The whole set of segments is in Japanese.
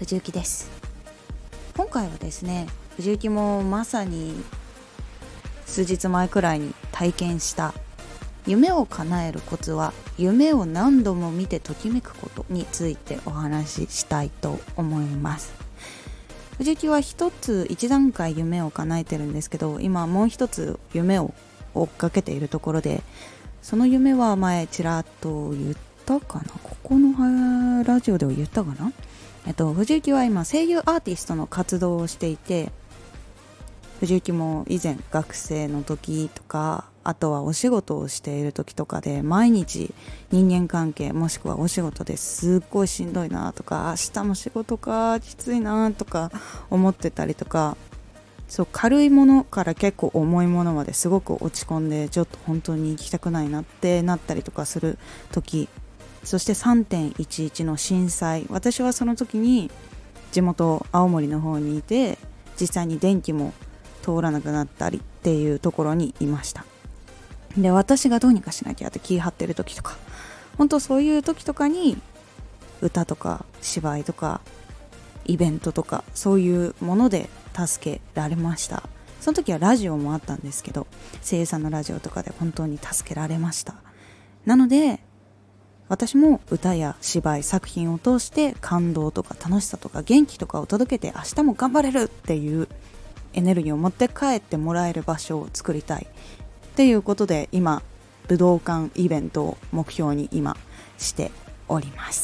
藤幸です。今回はですね、藤幸もまさに数日前くらいに体験した夢を叶えるコツは夢を何度も見てときめくことについてお話ししたいと思います。藤幸は一段階夢を叶えてるんですけど、今もう一つ夢を追っかけているところで、その夢は前ちらっと言ったかな、ここのラジオでは言ったかな。藤幸は今声優アーティストの活動をしていて、藤幸も以前学生の時とか、あとはお仕事をしている時とかで毎日人間関係もしくはお仕事ですっごいしんどいなとか、明日も仕事かきついなとか思ってたりとか、そう軽いものから結構重いものまですごく落ち込んで、ちょっと本当に行きたくないなってなったりとかする時、そして 3.11 の震災、私はその時に地元青森の方にいて、実際に電気も通らなくなったりっていうところにいました。で、私がどうにかしなきゃって気張ってる時とか、本当そういう時とかに歌とか芝居とかイベントとかそういうもので助けられました。その時はラジオもあったんですけど、声優さんのラジオとかで本当に助けられました。なので私も歌や芝居作品を通して感動とか楽しさとか元気とかを届けて、明日も頑張れるっていうエネルギーを持って帰ってもらえる場所を作りたいっていうことで、今武道館イベントを目標に今しております。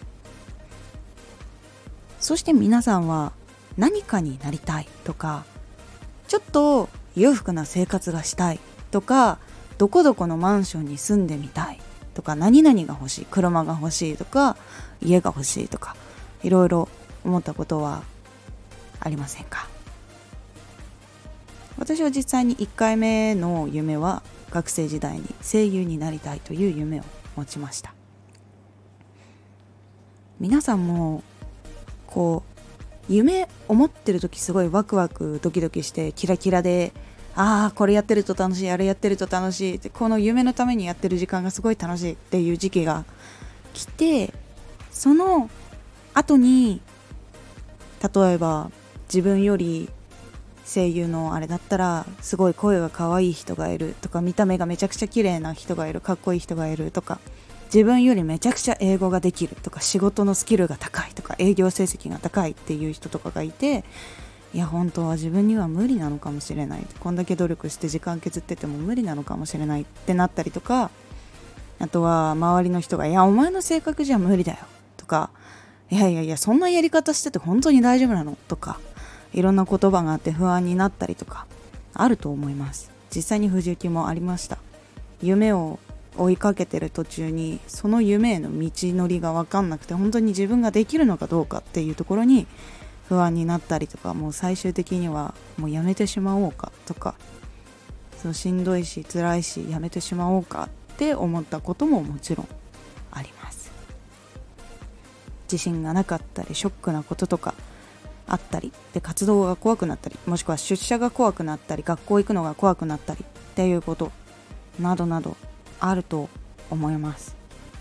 そして皆さんは何かになりたいとか、ちょっと裕福な生活がしたいとか、どこどこのマンションに住んでみたいとか、何々が欲しい、車が欲しいとか、家が欲しいとか、いろいろ思ったことはありませんか？私は実際に1回目の夢は学生時代に声優になりたいという夢を持ちました。皆さんも夢を持ってる時すごいワクワクドキドキしてキラキラで、これやってると楽しい、あれやってると楽しい、この夢のためにやってる時間がすごい楽しいっていう時期が来て、その後に例えば自分より声優のあれだったらすごい声が可愛い人がいるとか、見た目がめちゃくちゃ綺麗な人がいる、かっこいい人がいるとか、自分よりめちゃくちゃ英語ができるとか、仕事のスキルが高いとか、営業成績が高いっていう人とかがいて、いや本当は自分には無理なのかもしれない、こんだけ努力して時間削ってても無理なのかもしれないってなったりとか、あとは周りの人がいやお前の性格じゃ無理だよとか、いやそんなやり方してて本当に大丈夫なのとか、いろんな言葉があって不安になったりとかあると思います。実際に藤幸もありました。夢を追いかけてる途中にその夢への道のりが分かんなくて、本当に自分ができるのかどうかっていうところに不安になったりとか、もう最終的にはもうやめてしまおうかとか、そうしんどいし辛いしやめてしまおうかって思ったことももちろんあります。自信がなかったりショックなこととかあったりで、活動が怖くなったり、もしくは出社が怖くなったり、学校行くのが怖くなったりっていうことなどなどあると思います。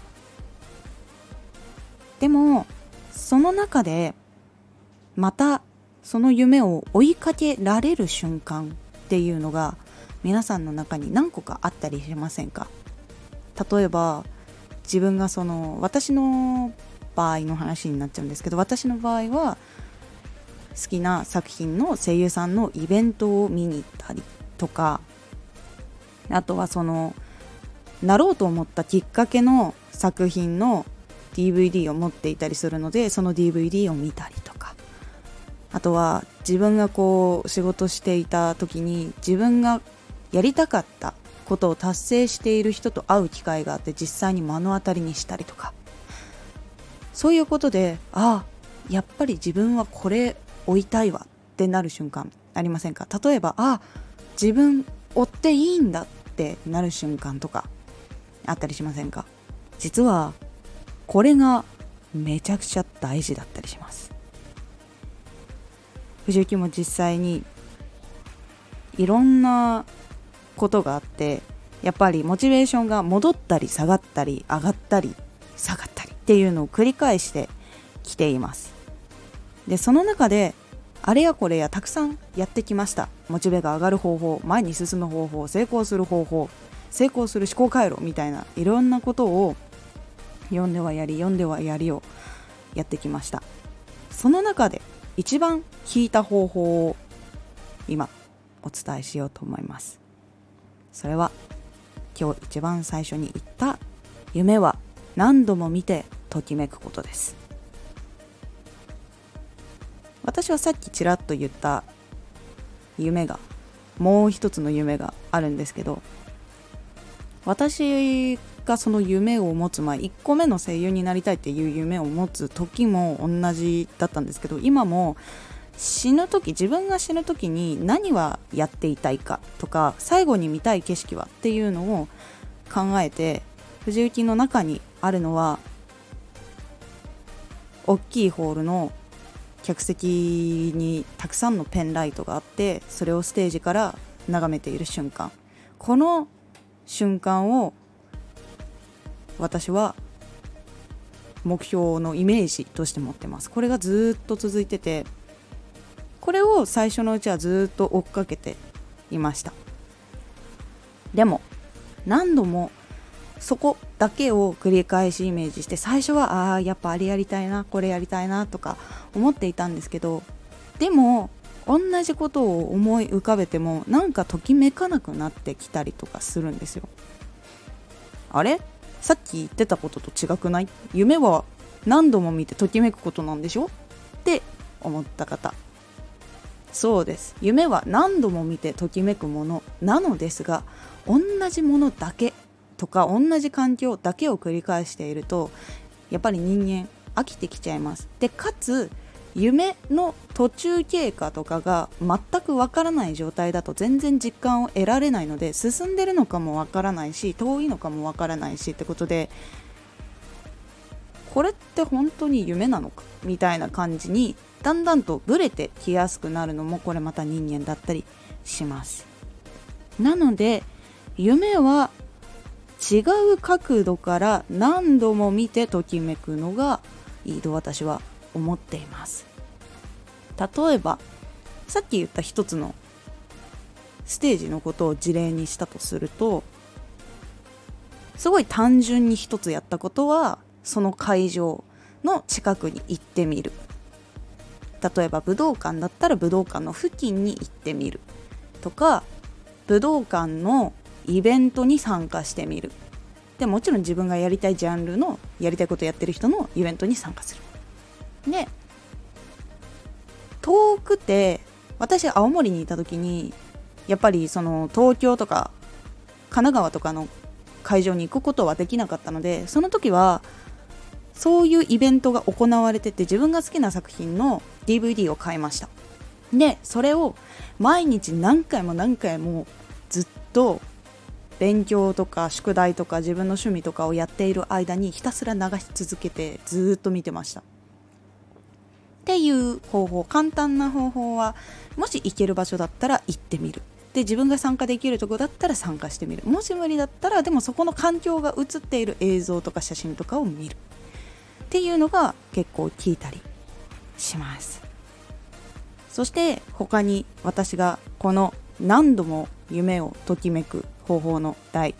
でもその中でまたその夢を追いかけられる瞬間っていうのが皆さんの中に何個かあったりしませんか？例えば自分が私の場合の話になっちゃうんですけど、私の場合は好きな作品の声優さんのイベントを見に行ったりとか、あとはなろうと思ったきっかけの作品の DVD を持っていたりするので、その DVD を見たりとか、あとは自分が仕事していた時に自分がやりたかったことを達成している人と会う機会があって、実際に目の当たりにしたりとか、そういうことでやっぱり自分はこれ追いたいわってなる瞬間ありませんか？例えば自分追っていいんだってなる瞬間とかあったりしませんか？実はこれがめちゃくちゃ大事だったりします。藤幸も実際にいろんなことがあって、やっぱりモチベーションが戻ったり下がったり上がったり下がったりっていうのを繰り返してきています。 でその中であれやこれやたくさんやってきました。モチベが上がる方法、前に進む方法、成功する方法、成功する思考回路みたいないろんなことを読んではやりをやってきました。その中で一番効いた方法を今お伝えしようと思います。それは今日一番最初に言った夢は何度も見てときめくことです。私はさっきちらっと言った夢がもう一つの夢があるんですけど、私がその夢を持つ前、1個目の声優になりたいっていう夢を持つ時も同じだったんですけど、今も自分が死ぬ時に何はやっていたいかとか、最後に見たい景色はっていうのを考えて、藤雪の中にあるのは大きいホールの客席にたくさんのペンライトがあって、それをステージから眺めている瞬間、この瞬間を私は目標のイメージとして持ってます。これがずっと続いてて、これを最初のうちはずっと追っかけていました。でも何度もそこだけを繰り返しイメージして、最初はやっぱあれやりたいな、これやりたいなとか思っていたんですけど、でも同じことを思い浮かべてもなんかときめかなくなってきたりとかするんですよ。あれ、さっき言ってたことと違くない？夢は何度も見てときめくことなんでしょって思った方、そうです。夢は何度も見てときめくものなのですが、同じものだけとか同じ環境だけを繰り返しているとやっぱり人間飽きてきちゃいます。でかつ夢の途中経過とかが全くわからない状態だと全然実感を得られないので、進んでるのかもわからないし遠いのかもわからないしってことで、これって本当に夢なのかみたいな感じにだんだんとブレてきやすくなるのもこれまた人間だったりします。なので夢は違う角度から何度も見てときめくのがいいと私は思っています。例えばさっき言った一つのステージのことを事例にしたとすると、すごい単純に一つやったことはその会場の近くに行ってみる。例えば武道館だったら武道館の付近に行ってみるとか、武道館のイベントに参加してみる。でもちろん自分がやりたいジャンルのやりたいことやってる人のイベントに参加する。で遠くて、私青森にいた時にやっぱりその東京とか神奈川とかの会場に行くことはできなかったので、その時はそういうイベントが行われてて自分が好きな作品の DVD を買いました。でそれを毎日何回もずっと勉強とか宿題とか自分の趣味とかをやっている間にひたすら流し続けてずっと見てましたっていう方法。簡単な方法は、もし行ける場所だったら行ってみる。で自分が参加できるとこだったら参加してみる。もし無理だったらでもそこの環境が映っている映像とか写真とかを見るっていうのが結構効いたりします。そして他に私がこの何度も夢をときめく方法の第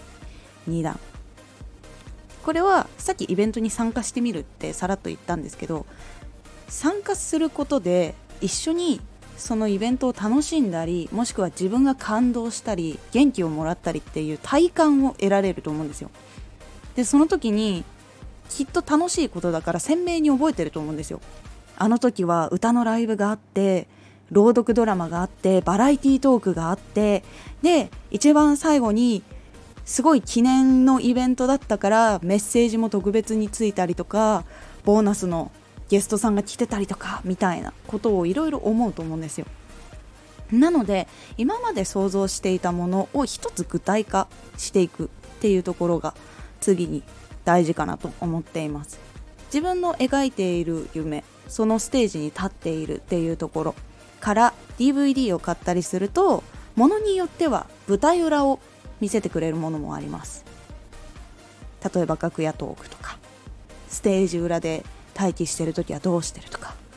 2弾、これはさっきイベントに参加してみるってさらっと言ったんですけど、参加することで一緒にそのイベントを楽しんだり、もしくは自分が感動したり元気をもらったりっていう体感を得られると思うんですよ。でその時にきっと楽しいことだから鮮明に覚えてると思うんですよ。あの時は歌のライブがあって、朗読ドラマがあって、バラエティートークがあって、で一番最後にすごい記念のイベントだったからメッセージも特別についたりとか、ボーナスのゲストさんが来てたりとかみたいなことをいろいろ思うと思うんですよ。なので今まで想像していたものを一つ具体化していくっていうところが次に大事かなと思っています。自分の描いている夢、そのステージに立っているっていうところから DVD を買ったりすると、ものによっては舞台裏を見せてくれるものもあります。例えば楽屋トークとか、ステージ裏で待機してるときはどうしてるとか、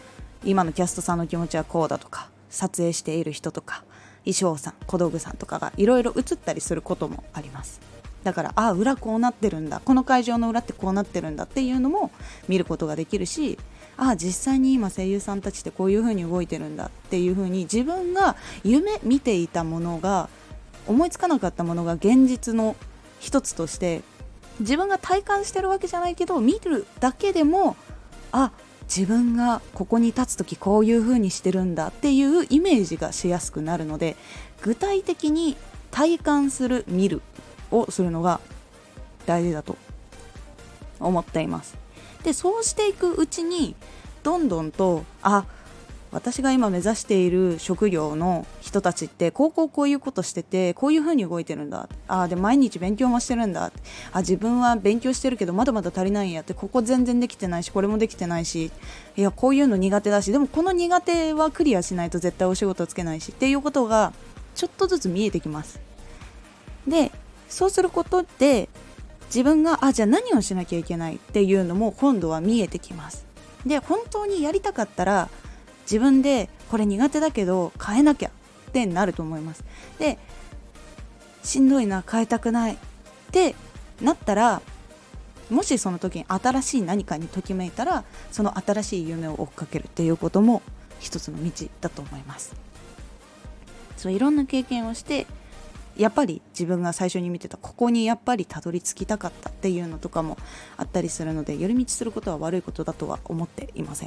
今のキャストさんの気持ちはこうだとか、撮影している人とか衣装さん、小道具さんとかがいろいろ映ったりすることもあります。だから裏こうなってるんだ、この会場の裏ってこうなってるんだっていうのも見ることができるし、実際に今声優さんたちってこういう風に動いてるんだっていう風に、自分が夢見ていたものが、思いつかなかったものが現実の一つとして自分が体感してるわけじゃないけど、見るだけでも自分がここに立つときこういう風にしてるんだっていうイメージがしやすくなるので、具体的に体感する、見るをするのが大事だと思っています。でそうしていくうちにどんどんと私が今目指している職業の人たちってこういうことしてて、こういう風に動いてるんだ、で毎日勉強もしてるんだ、自分は勉強してるけどまだまだ足りないんやって、ここ全然できてないし、これもできてないし、いやこういうの苦手だし、でもこの苦手はクリアしないと絶対お仕事つけないしっていうことがちょっとずつ見えてきます。でそうすることで自分がじゃあ何をしなきゃいけないっていうのも今度は見えてきます。で本当にやりたかったら自分でこれ苦手だけど変えなきゃってなると思います。でしんどいな、変えたくないってなったら、もしその時に新しい何かにときめいたら、その新しい夢を追っかけるっていうことも一つの道だと思います。いろんな経験をしてやっぱり自分が最初に見てたここにやっぱりたどり着きたかったっていうのとかもあったりするので、寄り道することは悪いことだとは思っていません。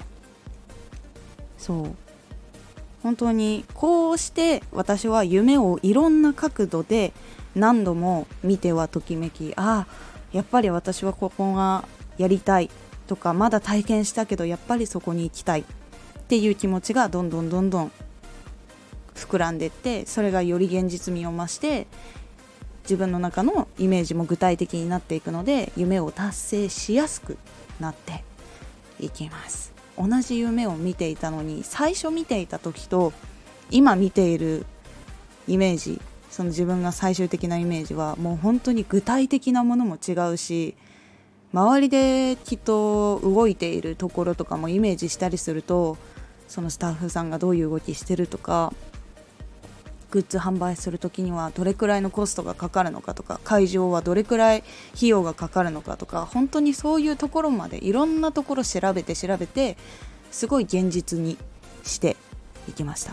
本当にこうして私は夢をいろんな角度で何度も見てはときめき、やっぱり私はここがやりたいとか、まだ体験したけどやっぱりそこに行きたいっていう気持ちがどんどん膨らんでいって、それがより現実味を増して自分の中のイメージも具体的になっていくので、夢を達成しやすくなっていきます。同じ夢を見ていたのに、最初見ていた時と今見ているイメージ、その自分が最終的なイメージはもう本当に具体的なものも違うし、周りできっと動いているところとかもイメージしたりすると、そのスタッフさんがどういう動きしてるとか、グッズ販売する時にはどれくらいのコストがかかるのかとか、会場はどれくらい費用がかかるのかとか、本当にそういうところまでいろんなところ調べてすごい現実にしていきました。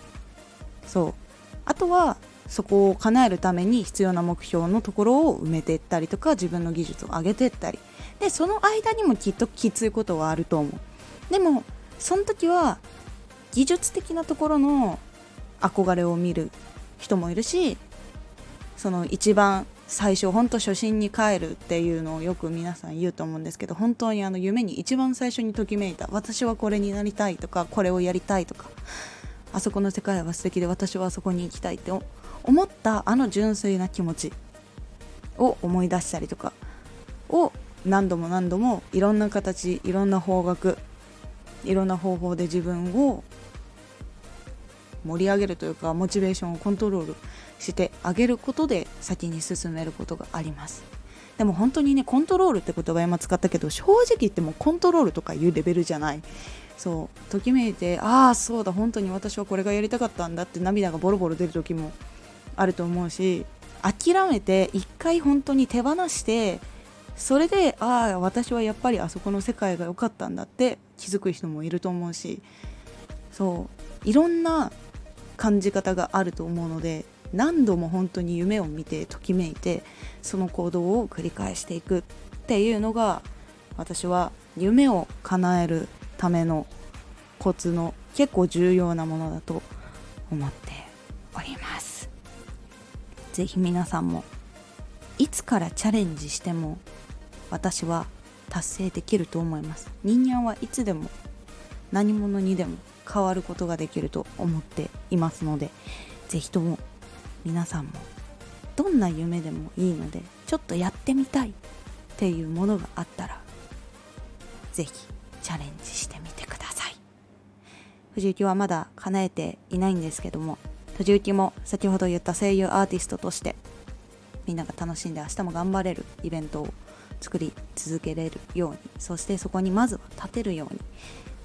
あとはそこを叶えるために必要な目標のところを埋めていったりとか、自分の技術を上げていったりで、その間にもきっときついことはあると思う。でもその時は技術的なところの憧れを見る人もいるし、その一番最初本当初心に帰るっていうのをよく皆さん言うと思うんですけど、本当に夢に一番最初にときめいた、私はこれになりたいとか、これをやりたいとか、あそこの世界は素敵で私はあそこに行きたいって思った純粋な気持ちを思い出したりとかを何度もいろんな形、いろんな方角、いろんな方法で自分を盛り上げるというか、モチベーションをコントロールしてあげることで先に進めることがあります。でも本当にね、コントロールって言葉今使ったけど、正直言ってもコントロールとかいうレベルじゃない。ときめいて、そうだ、本当に私はこれがやりたかったんだって涙がボロボロ出る時もあると思うし、諦めて一回本当に手放して、それで私はやっぱりあそこの世界が良かったんだって気づく人もいると思うし、いろんな感じ方があると思うので、何度も本当に夢を見てときめいて、その行動を繰り返していくっていうのが、私は夢を叶えるためのコツの結構重要なものだと思っております。ぜひ皆さんもいつからチャレンジしても私は達成できると思います。人間はいつでも何者にでも変わることができると思っていますので、ぜひとも皆さんもどんな夢でもいいので、ちょっとやってみたいっていうものがあったら、ぜひチャレンジしてみてください。藤雪はまだ叶えていないんですけども、藤雪も先ほど言った声優アーティストとしてみんなが楽しんで明日も頑張れるイベントを作り続けれるように、そしてそこにまずは立てるように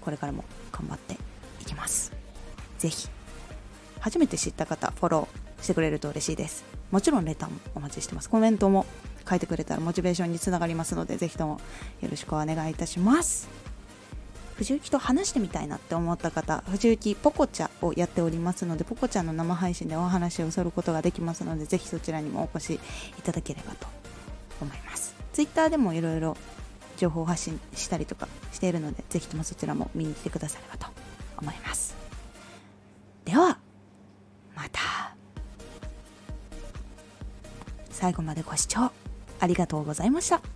これからも頑張っていきます。ぜひ初めて知った方フォローしてくれると嬉しいです。もちろんレターもお待ちしてます。コメントも書いてくれたらモチベーションにつながりますので、ぜひともよろしくお願いいたします。藤雪と話してみたいなって思った方、藤雪ポコチャをやっておりますので、ポコチャの生配信でお話をすることができますので、ぜひそちらにもお越しいただければと思います。ツイッターでもいろいろ情報発信したりとかしているので、ぜひともそちらも見に来てくださればと思います。ではまた。最後までご視聴ありがとうございました。